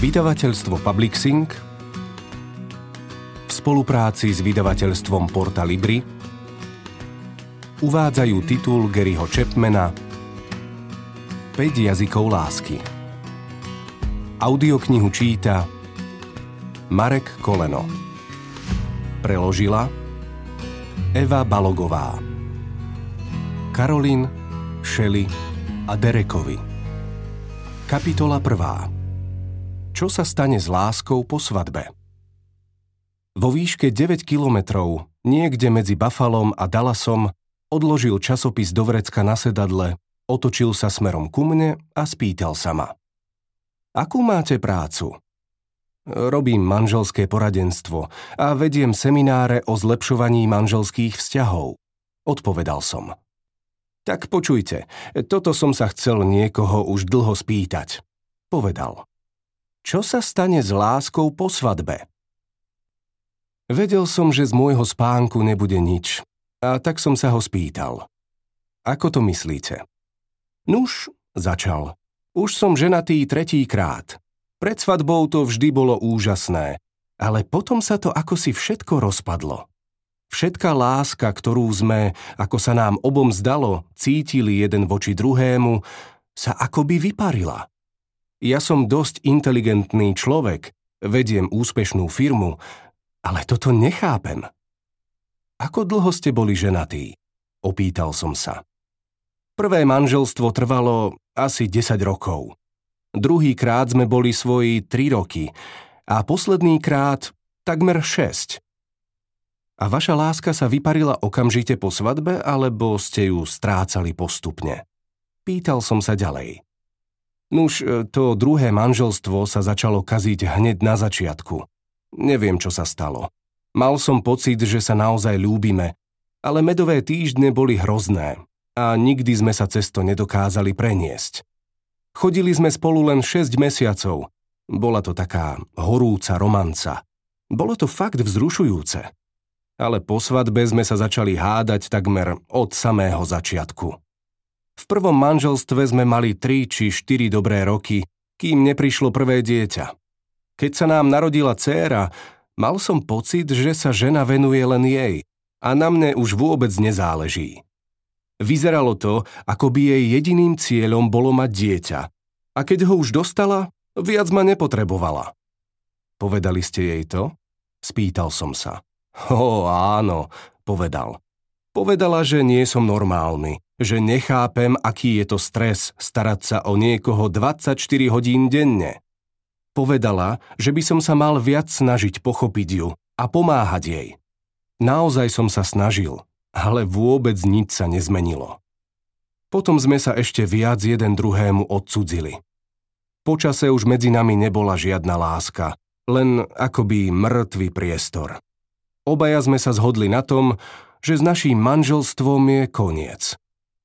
Vydavateľstvo Publixing v spolupráci s vydavateľstvom Porta Libri uvádzajú titul Garyho Chapmana 5 jazykov lásky. Audioknihu číta Marek Koleno. Preložila Eva Balogová. Karolín, Shelley a Derekovi. Kapitola 1. Čo sa stane s láskou po svadbe? Vo výške 9 kilometrov, niekde medzi Buffalom a Dallasom, odložil časopis do vrecka na sedadle, otočil sa smerom ku mne a spýtal sa ma. Akú máte prácu? Robím manželské poradenstvo a vediem semináre o zlepšovaní manželských vzťahov, odpovedal som. Tak počujte, toto som sa chcel niekoho už dlho spýtať, povedal. Čo sa stane s láskou po svadbe? Vedel som, že z môjho spánku nebude nič, a tak som sa ho spýtal. Ako to myslíte? Nuž, začal. Už som ženatý 3. krát. Pred svadbou to vždy bolo úžasné, ale potom sa to akosi všetko rozpadlo. Všetká láska, ktorú sme, ako sa nám obom zdalo, cítili jeden voči druhému, sa akoby vyparila. Ja som dosť inteligentný človek, vediem úspešnú firmu, ale toto nechápem. Ako dlho ste boli ženatí? Opýtal som sa. Prvé manželstvo trvalo asi 10 rokov. Druhý krát sme boli svoji 3 roky a posledný krát takmer 6. A vaša láska sa vyparila okamžite po svadbe, alebo ste ju strácali postupne? Pýtal som sa ďalej. Nuž, to druhé manželstvo sa začalo kaziť hneď na začiatku. Neviem, čo sa stalo. Mal som pocit, že sa naozaj ľúbime, ale medové týždne boli hrozné a nikdy sme sa cez to nedokázali preniesť. Chodili sme spolu len 6 mesiacov. Bola to taká horúca romanca. Bolo to fakt vzrušujúce. Ale po svadbe sme sa začali hádať takmer od samého začiatku. V prvom manželstve sme mali 3 či 4 dobré roky, kým neprišlo prvé dieťa. Keď sa nám narodila dcéra, mal som pocit, že sa žena venuje len jej a na mne už vôbec nezáleží. Vyzeralo to, ako by jej jediným cieľom bolo mať dieťa. A keď ho už dostala, viac ma nepotrebovala. Povedali ste jej to? Spýtal som sa. Áno, povedal. Povedala, že nie som normálny, že nechápem, aký je to stres starať sa o niekoho 24 hodín denne. Povedala, že by som sa mal viac snažiť pochopiť ju a pomáhať jej. Naozaj som sa snažil, ale vôbec nič sa nezmenilo. Potom sme sa ešte viac jeden druhému odcudzili. Počase už medzi nami nebola žiadna láska, len akoby mŕtvy priestor. Obaja sme sa zhodli na tom, že s naším manželstvom je koniec.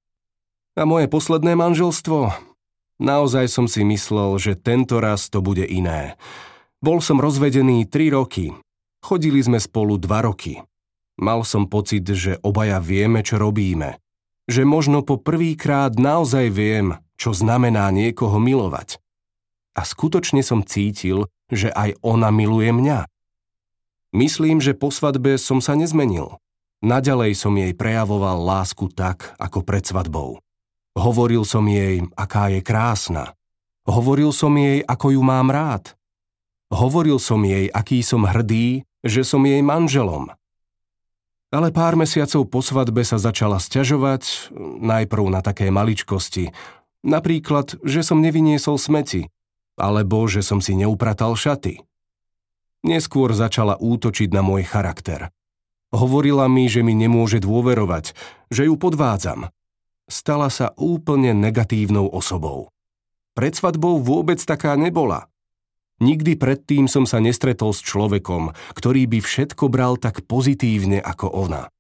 A moje posledné manželstvo? Naozaj som si myslel, že tento raz to bude iné. Bol som rozvedený 3 roky. Chodili sme spolu 2 roky. Mal som pocit, že obaja vieme, čo robíme. Že možno po prvýkrát naozaj viem, čo znamená niekoho milovať. A skutočne som cítil, že aj ona miluje mňa. Myslím, že po svadbe som sa nezmenil. Naďalej som jej prejavoval lásku tak, ako pred svadbou. Hovoril som jej, aká je krásna. Hovoril som jej, ako ju mám rád. Hovoril som jej, aký som hrdý, že som jej manželom. Ale pár mesiacov po svadbe sa začala sťažovať, najprv na také maličkosti. Napríklad, že som nevyniesol smeti, alebo že som si neupratal šaty. Neskôr začala útočiť na môj charakter. Hovorila mi, že mi nemôže dôverovať, že ju podvádzam. Stala sa úplne negatívnou osobou. Pred svadbou vôbec taká nebola. Nikdy predtým som sa nestretol s človekom, ktorý by všetko bral tak pozitívne ako ona.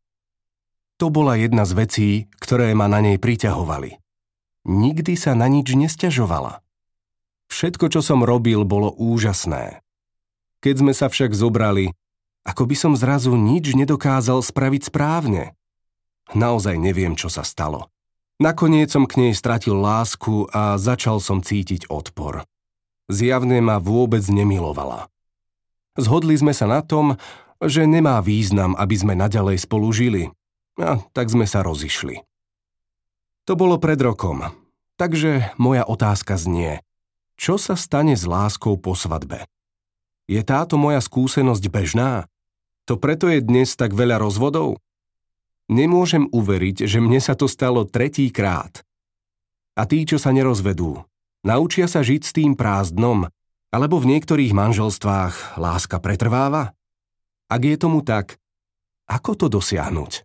To bola jedna z vecí, ktoré ma na nej priťahovali. Nikdy sa na nič nesťažovala. Všetko, čo som robil, bolo úžasné. Keď sme sa však zobrali, ako by som zrazu nič nedokázal spraviť správne. Naozaj neviem, čo sa stalo. Nakoniec som k nej stratil lásku a začal som cítiť odpor. Zjavne ma vôbec nemilovala. Zhodli sme sa na tom, že nemá význam, aby sme naďalej spolu žili. A tak sme sa rozišli. To bolo pred rokom. Takže moja otázka znie: čo sa stane s láskou po svadbe? Je táto moja skúsenosť bežná? To preto je dnes tak veľa rozvodov? Nemôžem uveriť, že mne sa to stalo 3. krát. A tí, čo sa nerozvedú, naučia sa žiť s tým prázdnom, alebo v niektorých manželstvách láska pretrváva? Ak je tomu tak, ako to dosiahnuť?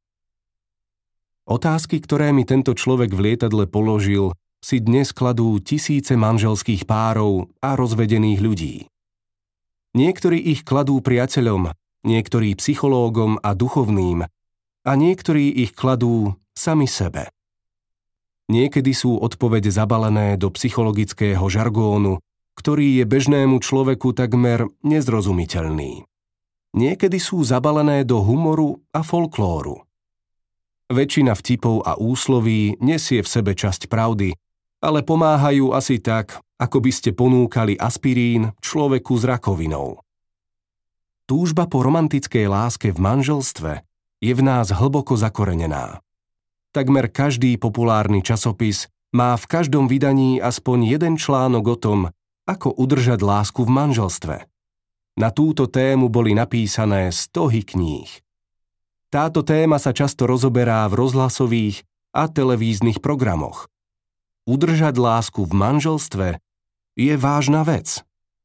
Otázky, ktoré mi tento človek v lietadle položil, si dnes kladú tisíce manželských párov a rozvedených ľudí. Niektorí ich kladú priateľom, niektorí psychológom a duchovným, a niektorí ich kladú sami sebe. Niekedy sú odpovede zabalené do psychologického žargónu, ktorý je bežnému človeku takmer nezrozumiteľný. Niekedy sú zabalené do humoru a folklóru. Väčšina vtipov a úsloví nesie v sebe časť pravdy, ale pomáhajú asi tak, ako by ste ponúkali aspirín človeku s rakovinou. Túžba po romantickej láske v manželstve je v nás hlboko zakorenená. Takmer každý populárny časopis má v každom vydaní aspoň jeden článok o tom, ako udržať lásku v manželstve. Na túto tému boli napísané stohy kníh. Táto téma sa často rozoberá v rozhlasových a televíznych programoch. Udržať lásku v manželstve je vážna vec.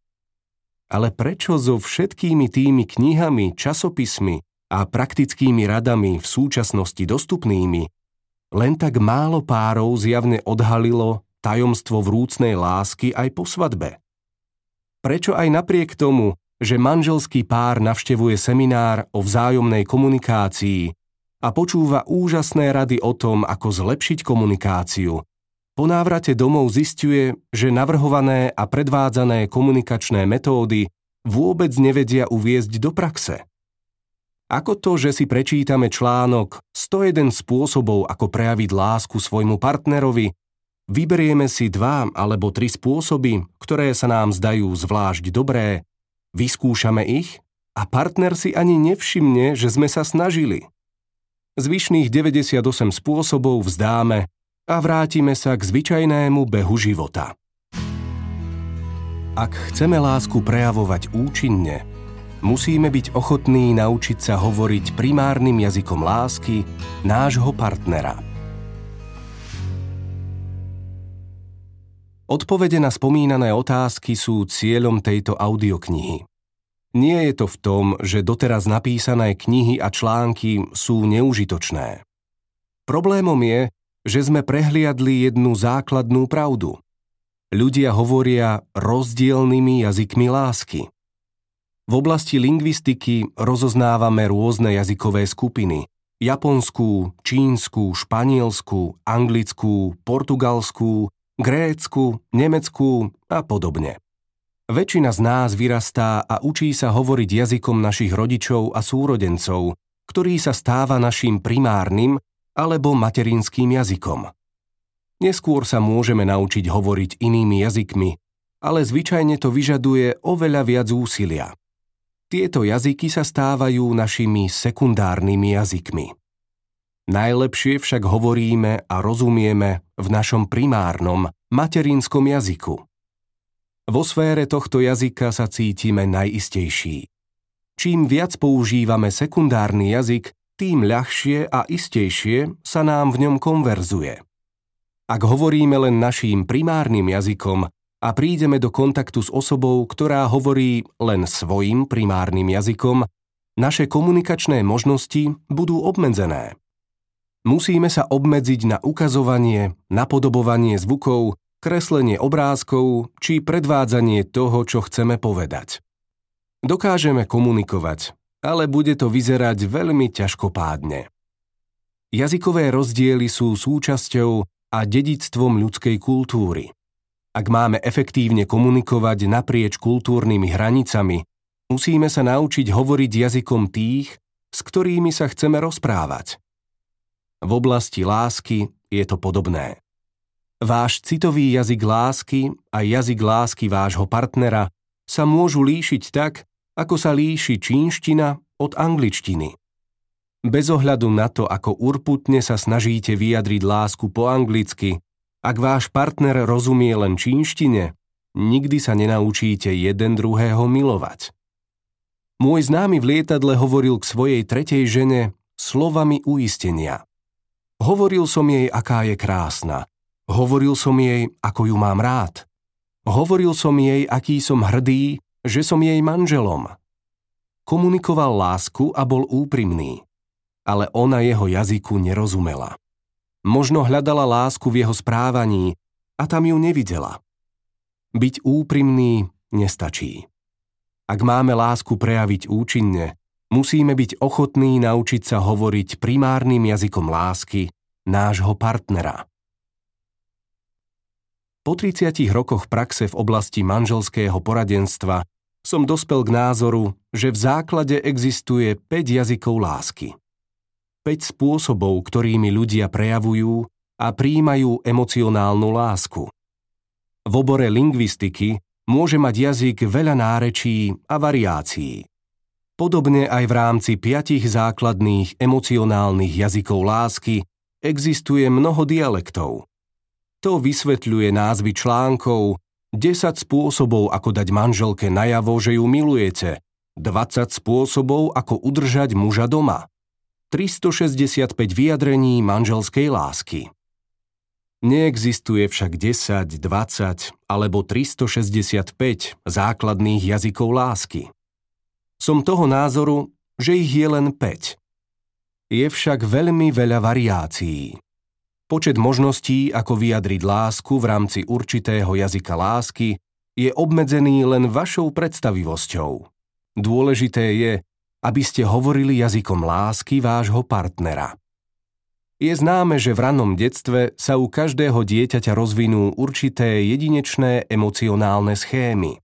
Ale prečo so všetkými tými knihami, časopismi a praktickými radami v súčasnosti dostupnými len tak málo párov zjavne odhalilo tajomstvo vrúcnej lásky aj po svadbe? Prečo aj napriek tomu, že manželský pár navštevuje seminár o vzájomnej komunikácii a počúva úžasné rady o tom, ako zlepšiť komunikáciu, po návrate domov zisťuje, že navrhované a predvádzané komunikačné metódy vôbec nevedia uviesť do praxe? Ako to, že si prečítame článok 101 spôsobov, ako prejaviť lásku svojmu partnerovi, vyberieme si 2 alebo 3 spôsoby, ktoré sa nám zdajú zvlášť dobré, vyskúšame ich a partner si ani nevšimne, že sme sa snažili. Zvyšných 98 spôsobov vzdáme a vrátime sa k zvyčajnému behu života. Ak chceme lásku prejavovať účinne, musíme byť ochotní naučiť sa hovoriť primárnym jazykom lásky nášho partnera. Odpovede na spomínané otázky sú cieľom tejto audioknihy. Nie je to v tom, že doteraz napísané knihy a články sú neužitočné. Problémom je, že sme prehliadli jednu základnú pravdu. Ľudia hovoria rozdielnymi jazykmi lásky. V oblasti lingvistiky rozoznávame rôzne jazykové skupiny: japonskú, čínsku, španielsku, anglickú, portugalskú, grécku, nemeckú a podobne. Väčšina z nás vyrastá a učí sa hovoriť jazykom našich rodičov a súrodencov, ktorý sa stáva naším primárnym alebo materinským jazykom. Neskôr sa môžeme naučiť hovoriť inými jazykmi, ale zvyčajne to vyžaduje oveľa viac úsilia. Tieto jazyky sa stávajú našimi sekundárnymi jazykmi. Najlepšie však hovoríme a rozumieme v našom primárnom, materinskom jazyku. Vo sfére tohto jazyka sa cítime najistejší. Čím viac používame sekundárny jazyk, tým ľahšie a istejšie sa nám v ňom konverzuje. Ak hovoríme len naším primárnym jazykom a prídeme do kontaktu s osobou, ktorá hovorí len svojím primárnym jazykom, naše komunikačné možnosti budú obmedzené. Musíme sa obmedziť na ukazovanie, napodobovanie zvukov, kreslenie obrázkov či predvádzanie toho, čo chceme povedať. Dokážeme komunikovať, ale bude to vyzerať veľmi ťažkopádne. Jazykové rozdiely sú súčasťou a dedičstvom ľudskej kultúry. Ak máme efektívne komunikovať naprieč kultúrnymi hranicami, musíme sa naučiť hovoriť jazykom tých, s ktorými sa chceme rozprávať. V oblasti lásky je to podobné. Váš citový jazyk lásky a jazyk lásky vášho partnera sa môžu líšiť tak, ako sa líši čínština od angličtiny. Bez ohľadu na to, ako urputne sa snažíte vyjadriť lásku po anglicky, ak váš partner rozumie len čínštine, nikdy sa nenaučíte jeden druhého milovať. Môj známy v lietadle hovoril k svojej tretej žene slovami uistenia. Hovoril som jej, aká je krásna. Hovoril som jej, ako ju mám rád. Hovoril som jej, aký som hrdý, že som jej manželom. Komunikoval lásku a bol úprimný, ale ona jeho jazyku nerozumela. Možno hľadala lásku v jeho správaní a tam ju nevidela. Byť úprimný nestačí. Ak máme lásku prejaviť účinne, musíme byť ochotní naučiť sa hovoriť primárnym jazykom lásky nášho partnera. Po 30 rokoch praxe v oblasti manželského poradenstva som dospel k názoru, že v základe existuje 5 jazykov lásky. 5 spôsobov, ktorými ľudia prejavujú a prijímajú emocionálnu lásku. V obore lingvistiky môže mať jazyk veľa nárečí a variácií. Podobne aj v rámci 5 základných emocionálnych jazykov lásky existuje mnoho dialektov. To vysvetľuje názvy článkov 10 spôsobov, ako dať manželke najavo, že ju milujete, 20 spôsobov, ako udržať muža doma, 365 vyjadrení manželskej lásky. Neexistuje však 10, 20 alebo 365 základných jazykov lásky. Som toho názoru, že ich je len 5. Je však veľmi veľa variácií. Počet možností, ako vyjadriť lásku v rámci určitého jazyka lásky, je obmedzený len vašou predstavivosťou. Dôležité je, aby ste hovorili jazykom lásky vášho partnera. Je známe, že v rannom detstve sa u každého dieťaťa rozvinú určité jedinečné emocionálne schémy.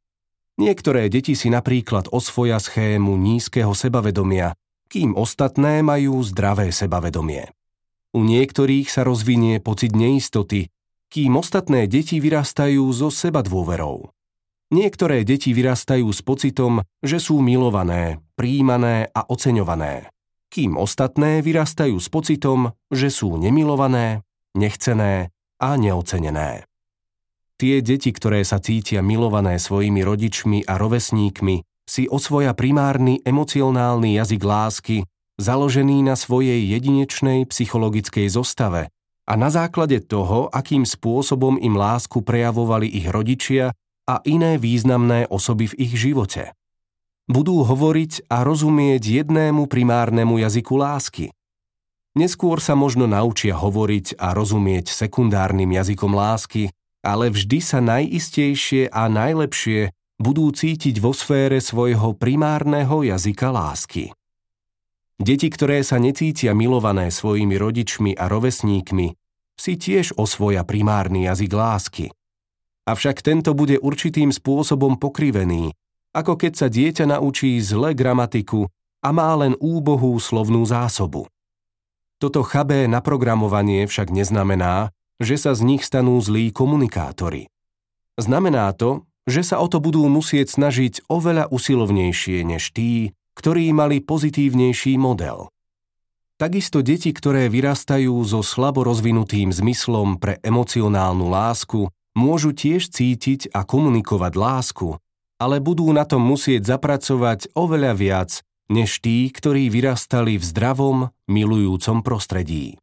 Niektoré deti si napríklad osvoja schému nízkeho sebavedomia, kým ostatné majú zdravé sebavedomie. U niektorých sa rozvinie pocit neistoty, kým ostatné deti vyrastajú so sebadôverou. Niektoré deti vyrastajú s pocitom, že sú milované, prijímané a oceňované, kým ostatné vyrastajú s pocitom, že sú nemilované, nechcené a neocenené. Tie deti, ktoré sa cítia milované svojimi rodičmi a rovesníkmi, si osvoja primárny emocionálny jazyk lásky, založený na svojej jedinečnej psychologickej zostave a na základe toho, akým spôsobom im lásku prejavovali ich rodičia a iné významné osoby v ich živote. Budú hovoriť a rozumieť jednému primárnemu jazyku lásky. Neskôr sa možno naučia hovoriť a rozumieť sekundárnym jazykom lásky, ale vždy sa najistejšie a najlepšie budú cítiť vo sfére svojho primárneho jazyka lásky. Deti, ktoré sa necítia milované svojimi rodičmi a rovesníkmi, si tiež osvoja primárny jazyk lásky. Avšak tento bude určitým spôsobom pokrivený, ako keď sa dieťa naučí zle gramatiku a má len úbohú slovnú zásobu. Toto chabé naprogramovanie však neznamená, že sa z nich stanú zlí komunikátori. Znamená to, že sa o to budú musieť snažiť oveľa usilovnejšie než tí, ktorí mali pozitívnejší model. Takisto deti, ktoré vyrastajú so slabo rozvinutým zmyslom pre emocionálnu lásku, môžu tiež cítiť a komunikovať lásku, ale budú na tom musieť zapracovať oveľa viac, než tí, ktorí vyrastali v zdravom, milujúcom prostredí.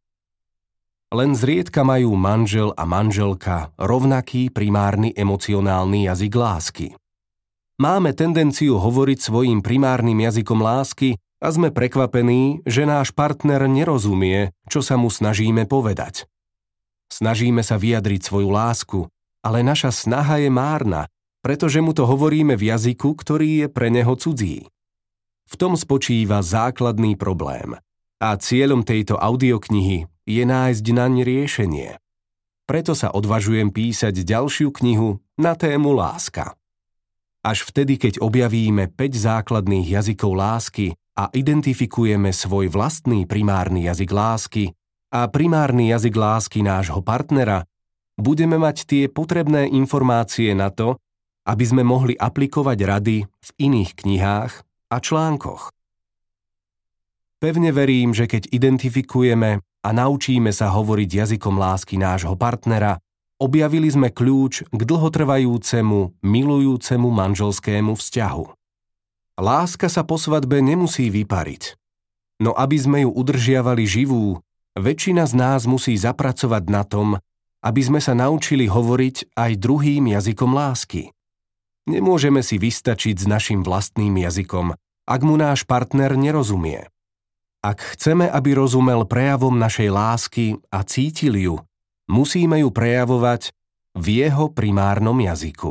Len zriedka majú manžel a manželka rovnaký primárny emocionálny jazyk lásky. Máme tendenciu hovoriť svojím primárnym jazykom lásky a sme prekvapení, že náš partner nerozumie, čo sa mu snažíme povedať. Snažíme sa vyjadriť svoju lásku, ale naša snaha je márna, pretože mu to hovoríme v jazyku, ktorý je pre neho cudzí. V tom spočíva základný problém a cieľom tejto audioknihy je nájsť naň riešenie. Preto sa odvažujem písať ďalšiu knihu na tému láska. Až vtedy, keď objavíme 5 základných jazykov lásky a identifikujeme svoj vlastný primárny jazyk lásky a primárny jazyk lásky nášho partnera, budeme mať tie potrebné informácie na to, aby sme mohli aplikovať rady v iných knihách a článkoch. Pevne verím, že keď identifikujeme a naučíme sa hovoriť jazykom lásky nášho partnera, objavili sme kľúč k dlhotrvajúcemu, milujúcemu manželskému vzťahu. Láska sa po svadbe nemusí vypariť, no aby sme ju udržiavali živú, väčšina z nás musí zapracovať na tom, aby sme sa naučili hovoriť aj druhým jazykom lásky. Nemôžeme si vystačiť s našim vlastným jazykom, ak mu náš partner nerozumie. Ak chceme, aby rozumel prejavom našej lásky a cítil ju, musíme ju prejavovať v jeho primárnom jazyku.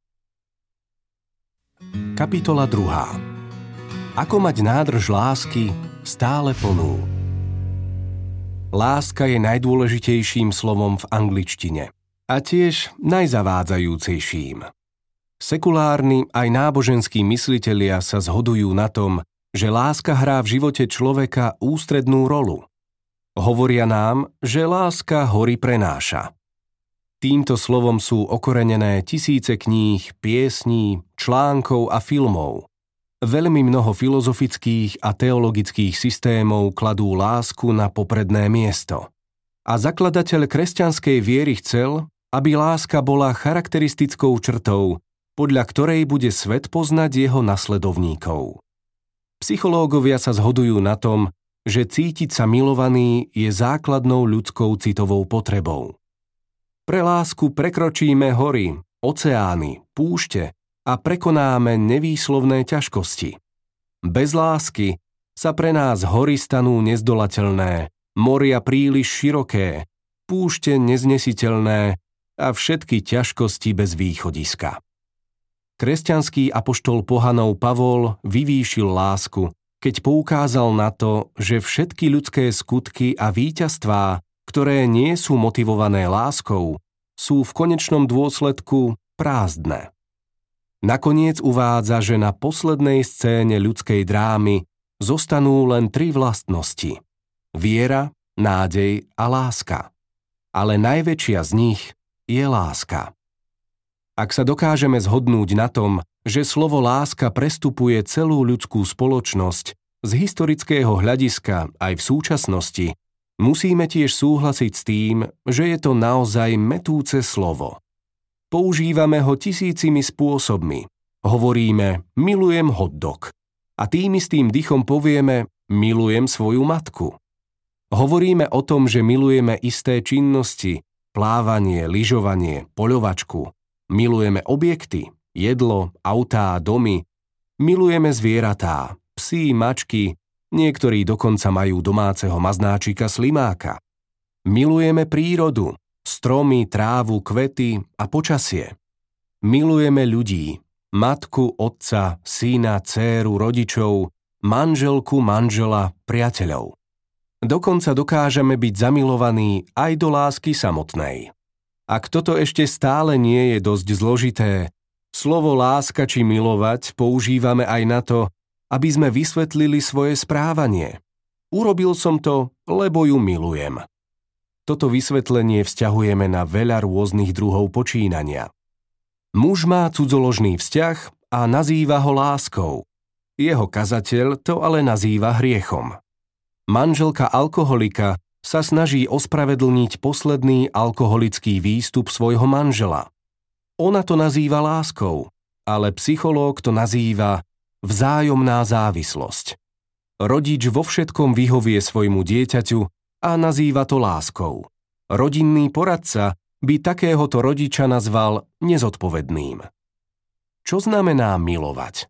Kapitola 2. Ako mať nádrž lásky stále plnú. Láska je najdôležitejším slovom v angličtine a tiež najzavádzajúcejším. Sekulárni aj náboženskí myslitelia sa zhodujú na tom, že láska hrá v živote človeka ústrednú rolu. Hovoria nám, že láska hory prenáša. Týmto slovom sú okorenené tisíce kníh, piesní, článkov a filmov. Veľmi mnoho filozofických a teologických systémov kladú lásku na popredné miesto. A zakladateľ kresťanskej viery chcel, aby láska bola charakteristickou črtou, podľa ktorej bude svet poznať jeho nasledovníkov. Psychológovia sa zhodujú na tom, že cítiť sa milovaný je základnou ľudskou citovou potrebou. Pre lásku prekročíme hory, oceány, púšte a prekonáme nevýslovné ťažkosti. Bez lásky sa pre nás hory stanú nezdolateľné, moria príliš široké, púšte neznesiteľné a všetky ťažkosti bez východiska. Kresťanský apoštol pohanov Pavol vyvýšil lásku, keď poukázal na to, že všetky ľudské skutky a víťazstvá, ktoré nie sú motivované láskou, sú v konečnom dôsledku prázdne. Nakoniec uvádza, že na poslednej scéne ľudskej drámy zostanú len 3 vlastnosti: viera, nádej a láska. Ale najväčšia z nich je láska. Ak sa dokážeme zhodnúť na tom, že slovo láska prestupuje celú ľudskú spoločnosť z historického hľadiska aj v súčasnosti, musíme tiež súhlasiť s tým, že je to naozaj mätúce slovo. Používame ho tisícimi spôsobmi. Hovoríme milujem hotdog a tým istým dychom povieme milujem svoju matku. Hovoríme o tom, že milujeme isté činnosti, plávanie, lyžovanie, poľovačku. Milujeme objekty, jedlo, autá, domy. Milujeme zvieratá, psí, mačky, niektorí dokonca majú domáceho maznáčika slimáka. Milujeme prírodu, stromy, trávu, kvety a počasie. Milujeme ľudí, matku, otca, syna, dcéru, rodičov, manželku, manžela, priateľov. Dokonca dokážeme byť zamilovaní aj do lásky samotnej. Ak toto ešte stále nie je dosť zložité, slovo láska či milovať používame aj na to, aby sme vysvetlili svoje správanie. Urobil som to, lebo ju milujem. Toto vysvetlenie vzťahujeme na veľa rôznych druhov počínania. Muž má cudzoložný vzťah a nazýva ho láskou. Jeho kazateľ to ale nazýva hriechom. Manželka alkoholika sa snaží ospravedlniť posledný alkoholický výstup svojho manžela. Ona to nazýva láskou, ale psychológ to nazýva vzájomná závislosť. Rodič vo všetkom vyhovie svojmu dieťaťu a nazýva to láskou. Rodinný poradca by takéhoto rodiča nazval nezodpovedným. Čo znamená milovať?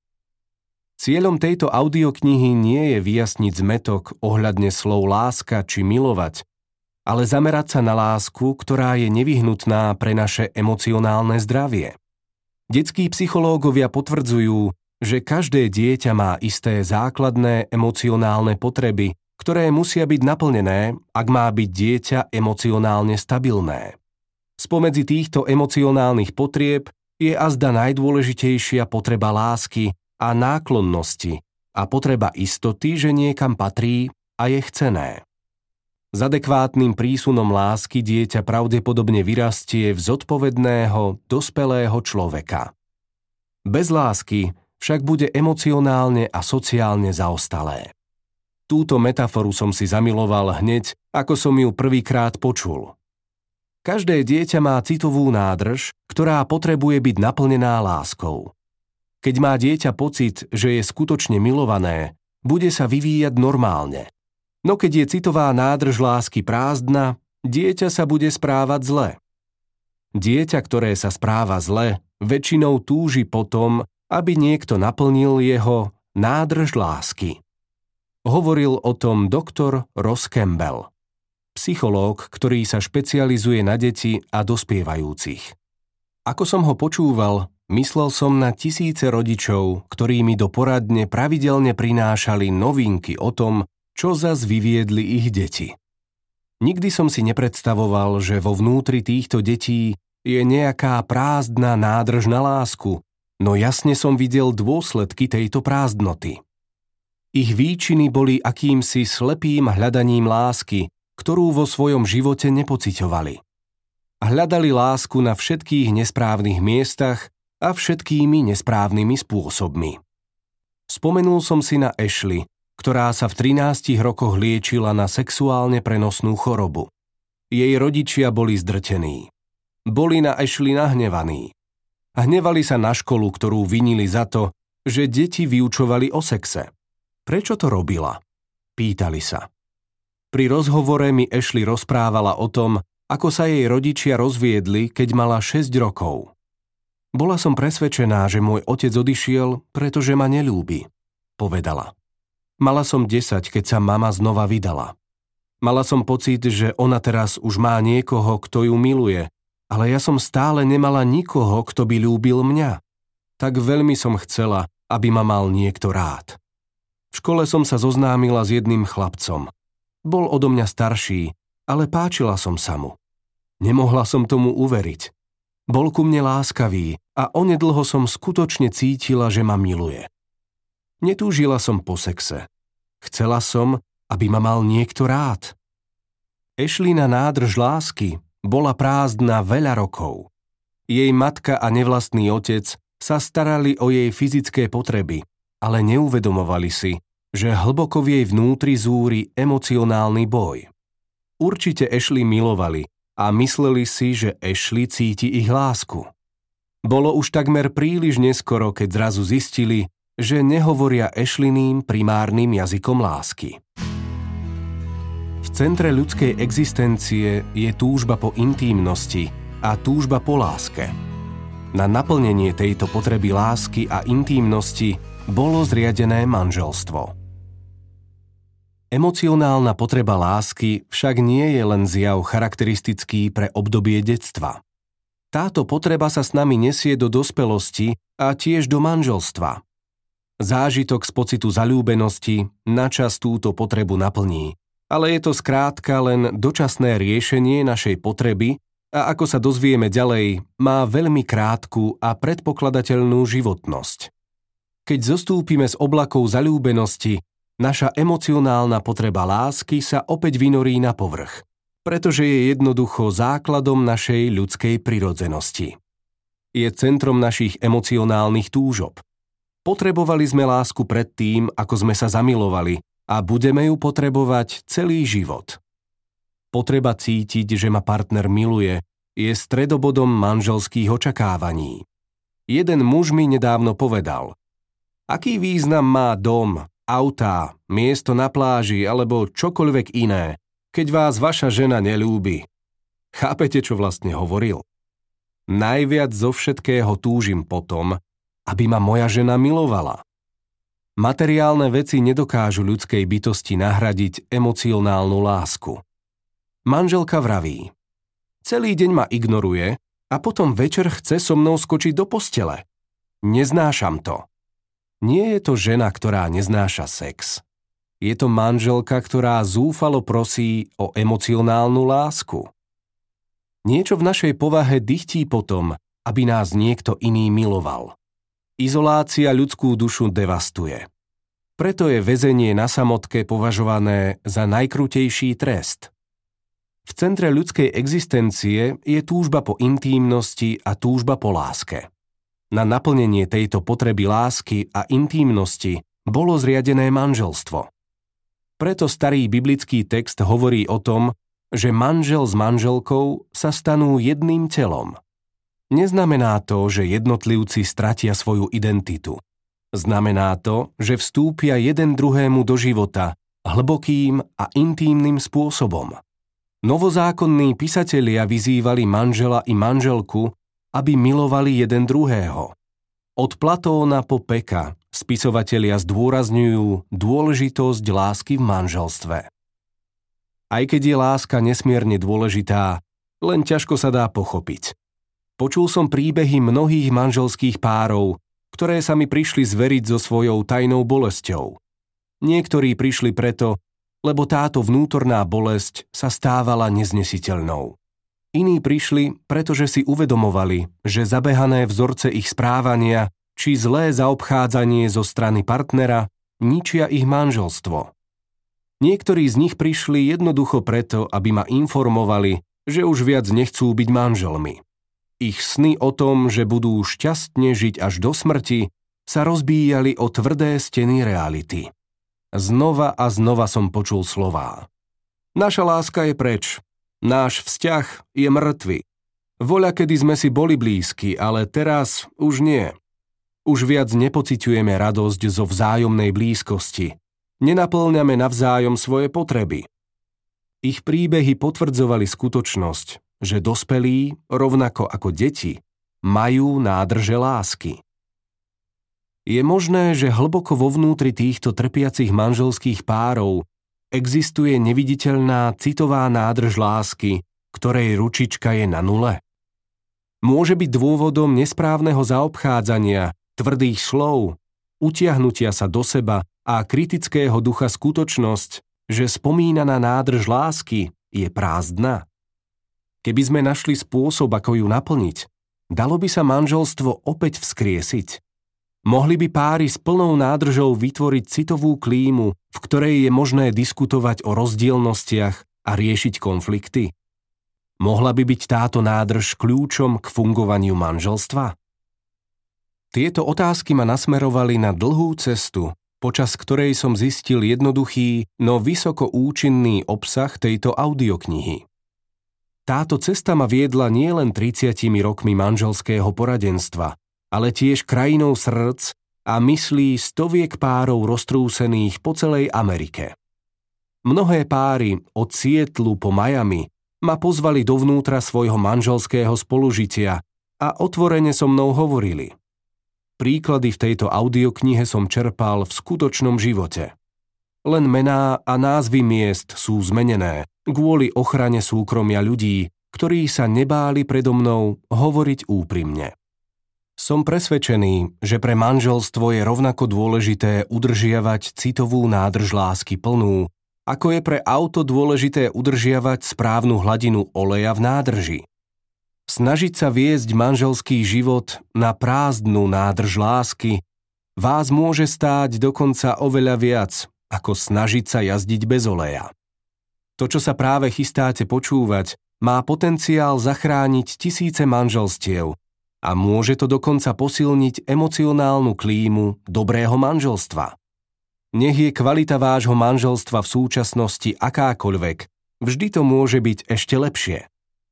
Cieľom tejto audioknihy nie je vyjasniť zmätok ohľadne slov láska či milovať, ale zamerať sa na lásku, ktorá je nevyhnutná pre naše emocionálne zdravie. Detskí psychológovia potvrdzujú, že každé dieťa má isté základné emocionálne potreby, ktoré musia byť naplnené, ak má byť dieťa emocionálne stabilné. Spomedzi týchto emocionálnych potrieb je azda najdôležitejšia potreba lásky a náklonnosti a potreba istoty, že niekam patrí a je chcené. S adekvátnym prísunom lásky dieťa pravdepodobne vyrastie v zodpovedného, dospelého človeka. Bez lásky však bude emocionálne a sociálne zaostalé. Túto metaforu som si zamiloval hneď, ako som ju prvýkrát počul. Každé dieťa má citovú nádrž, ktorá potrebuje byť naplnená láskou. Keď má dieťa pocit, že je skutočne milované, bude sa vyvíjať normálne. No keď je citová nádrž lásky prázdna, dieťa sa bude správať zle. Dieťa, ktoré sa správa zle, väčšinou túži potom, aby niekto naplnil jeho nádrž lásky. Hovoril o tom doktor Ross Campbell, psychológ, ktorý sa špecializuje na deti a dospievajúcich. Ako som ho počúval, myslel som na tisíce rodičov, ktorí mi do poradne pravidelne prinášali novinky o tom, čo zas vyviedli ich deti. Nikdy som si nepredstavoval, že vo vnútri týchto detí je nejaká prázdna nádrž na lásku, no jasne som videl dôsledky tejto prázdnoty. Ich výčiny boli akýmsi slepým hľadaním lásky, ktorú vo svojom živote nepociťovali. Hľadali lásku na všetkých nesprávnych miestach a všetkými nesprávnymi spôsobmi. Spomenul som si na Ashley, ktorá sa v 13 rokoch liečila na sexuálne prenosnú chorobu. Jej rodičia boli zdrtení. Boli na Ashley nahnevaní. Hnevali sa na školu, ktorú vinili za to, že deti vyučovali o sexe. Prečo to robila? Pýtali sa. Pri rozhovore mi Ashley rozprávala o tom, ako sa jej rodičia rozviedli, keď mala 6 rokov. Bola som presvedčená, že môj otec odišiel, pretože ma neľúbi, povedala. Mala som 10, keď sa mama znova vydala. Mala som pocit, že ona teraz už má niekoho, kto ju miluje, ale ja som stále nemala nikoho, kto by ľúbil mňa. Tak veľmi som chcela, aby ma mal niekto rád. V škole som sa zoznámila s jedným chlapcom. Bol odo mňa starší, ale páčila som sa mu. Nemohla som tomu uveriť. Bol ku mne láskavý a onedlho som skutočne cítila, že ma miluje. Netúžila som po sexe. Chcela som, aby ma mal niekto rád. Ashleyna nádrž lásky bola prázdna veľa rokov. Jej matka a nevlastný otec sa starali o jej fyzické potreby, ale neuvedomovali si, že hlboko v jej vnútri zúri emocionálny boj. Určite Ashley milovali a mysleli si, že Ashley cíti ich lásku. Bolo už takmer príliš neskoro, keď zrazu zistili, že nehovoria Ashleyným primárnym jazykom lásky. V centre ľudskej existencie je túžba po intímnosti a túžba po láske. Na naplnenie tejto potreby lásky a intímnosti bolo zriadené manželstvo. Emocionálna potreba lásky však nie je len zjav charakteristický pre obdobie detstva. Táto potreba sa s nami nesie do dospelosti a tiež do manželstva. Zážitok z pocitu zaľúbenosti načas túto potrebu naplní, ale je to skrátka len dočasné riešenie našej potreby a ako sa dozvieme ďalej, má veľmi krátku a predpokladateľnú životnosť. Keď zostúpime z oblakov zaľúbenosti, naša emocionálna potreba lásky sa opäť vynorí na povrch, pretože je jednoducho základom našej ľudskej prirodzenosti. Je centrom našich emocionálnych túžob. Potrebovali sme lásku predtým, ako sme sa zamilovali a budeme ju potrebovať celý život. Potreba cítiť, že ma partner miluje, je stredobodom manželských očakávaní. Jeden muž mi nedávno povedal: aký význam má dom, autá, miesto na pláži alebo čokoľvek iné, keď vás vaša žena neľúbi? Chápete, čo vlastne hovoril? Najviac zo všetkého túžim potom, aby ma moja žena milovala. Materiálne veci nedokážu ľudskej bytosti nahradiť emocionálnu lásku. Manželka vraví: celý deň ma ignoruje a potom večer chce so mnou skočiť do postele. Neznášam to. Nie je to žena, ktorá neznáša sex. Je to manželka, ktorá zúfalo prosí o emocionálnu lásku. Niečo v našej povahe dychtí potom, aby nás niekto iný miloval. Izolácia ľudskú dušu devastuje. Preto je väzenie na samotke považované za najkrutejší trest. V centre ľudskej existencie je túžba po intímnosti a túžba po láske. Na naplnenie tejto potreby lásky a intímnosti bolo zriadené manželstvo. Preto starý biblický text hovorí o tom, že manžel s manželkou sa stanú jedným telom. Neznamená to, že jednotlivci stratia svoju identitu. Znamená to, že vstúpia jeden druhému do života hlbokým a intímnym spôsobom. Novozákonní pisatelia vyzývali manžela i manželku, aby milovali jeden druhého. Od Platóna po Peka spisovatelia zdôrazňujú dôležitosť lásky v manželstve. Aj keď je láska nesmierne dôležitá, len ťažko sa dá pochopiť. Počul som príbehy mnohých manželských párov, ktoré sa mi prišli zveriť so svojou tajnou bolesťou. Niektorí prišli preto, lebo táto vnútorná bolesť sa stávala neznesiteľnou. Iní prišli, pretože si uvedomovali, že zabehané vzorce ich správania či zlé zaobchádzanie zo strany partnera ničia ich manželstvo. Niektorí z nich prišli jednoducho preto, aby ma informovali, že už viac nechcú byť manželmi. Ich sny o tom, že budú šťastne žiť až do smrti, sa rozbíjali o tvrdé steny reality. Znova a znova som počul slová. Naša láska je preč. Náš vzťah je mŕtvy. Voľa, kedy sme si boli blízki, ale teraz už nie. Už viac nepociťujeme radosť zo vzájomnej blízkosti. Nenapĺňame navzájom svoje potreby. Ich príbehy potvrdzovali skutočnosť, že dospelí, rovnako ako deti, majú nádrže lásky. Je možné, že hlboko vo vnútri týchto trpiacich manželských párov existuje neviditeľná citová nádrž lásky, ktorej ručička je na nule? Môže byť dôvodom nesprávneho zaobchádzania, tvrdých slov, utiahnutia sa do seba a kritického ducha skutočnosť, že spomínaná nádrž lásky je prázdna? Keby sme našli spôsob, ako ju naplniť, dalo by sa manželstvo opäť vzkriesiť? Mohli by páry s plnou nádržou vytvoriť citovú klímu, v ktorej je možné diskutovať o rozdielnostiach a riešiť konflikty? Mohla by byť táto nádrž kľúčom k fungovaniu manželstva? Tieto otázky ma nasmerovali na dlhú cestu, počas ktorej som zistil jednoduchý, no vysoko účinný obsah tejto audioknihy. Táto cesta ma viedla nielen 30 rokmi manželského poradenstva, ale tiež krajinou srdc a myslí stoviek párov roztrúsených po celej Amerike. Mnohé páry od Seattlu po Miami ma pozvali dovnútra svojho manželského spolužitia a otvorene so mnou hovorili. Príklady v tejto audioknihe som čerpal v skutočnom živote. Len mená a názvy miest sú zmenené kvôli ochrane súkromia ľudí, ktorí sa nebáli predo mnou hovoriť úprimne. Som presvedčený, že pre manželstvo je rovnako dôležité udržiavať citovú nádrž lásky plnú, ako je pre auto dôležité udržiavať správnu hladinu oleja v nádrži. Snažiť sa viesť manželský život na prázdnu nádrž lásky vás môže stáť dokonca oveľa viac, ako snažiť sa jazdiť bez oleja. To, čo sa práve chystáte počúvať, má potenciál zachrániť tisíce manželstiev a môže to dokonca posilniť emocionálnu klímu dobrého manželstva. Nech je kvalita vášho manželstva v súčasnosti akákoľvek, vždy to môže byť ešte lepšie.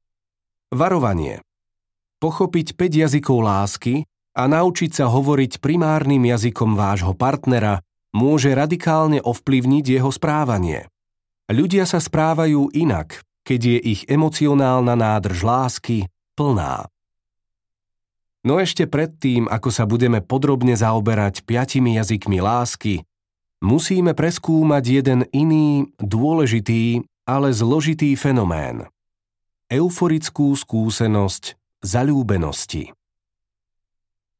Varovanie. Pochopiť 5 jazykov lásky a naučiť sa hovoriť primárnym jazykom vášho partnera môže radikálne ovplyvniť jeho správanie. Ľudia sa správajú inak, keď je ich emocionálna nádrž lásky plná. No ešte predtým, ako sa budeme podrobne zaoberať 5 jazykmi lásky, musíme preskúmať jeden iný, dôležitý, ale zložitý fenomén. Euforickú skúsenosť zaľúbenosti.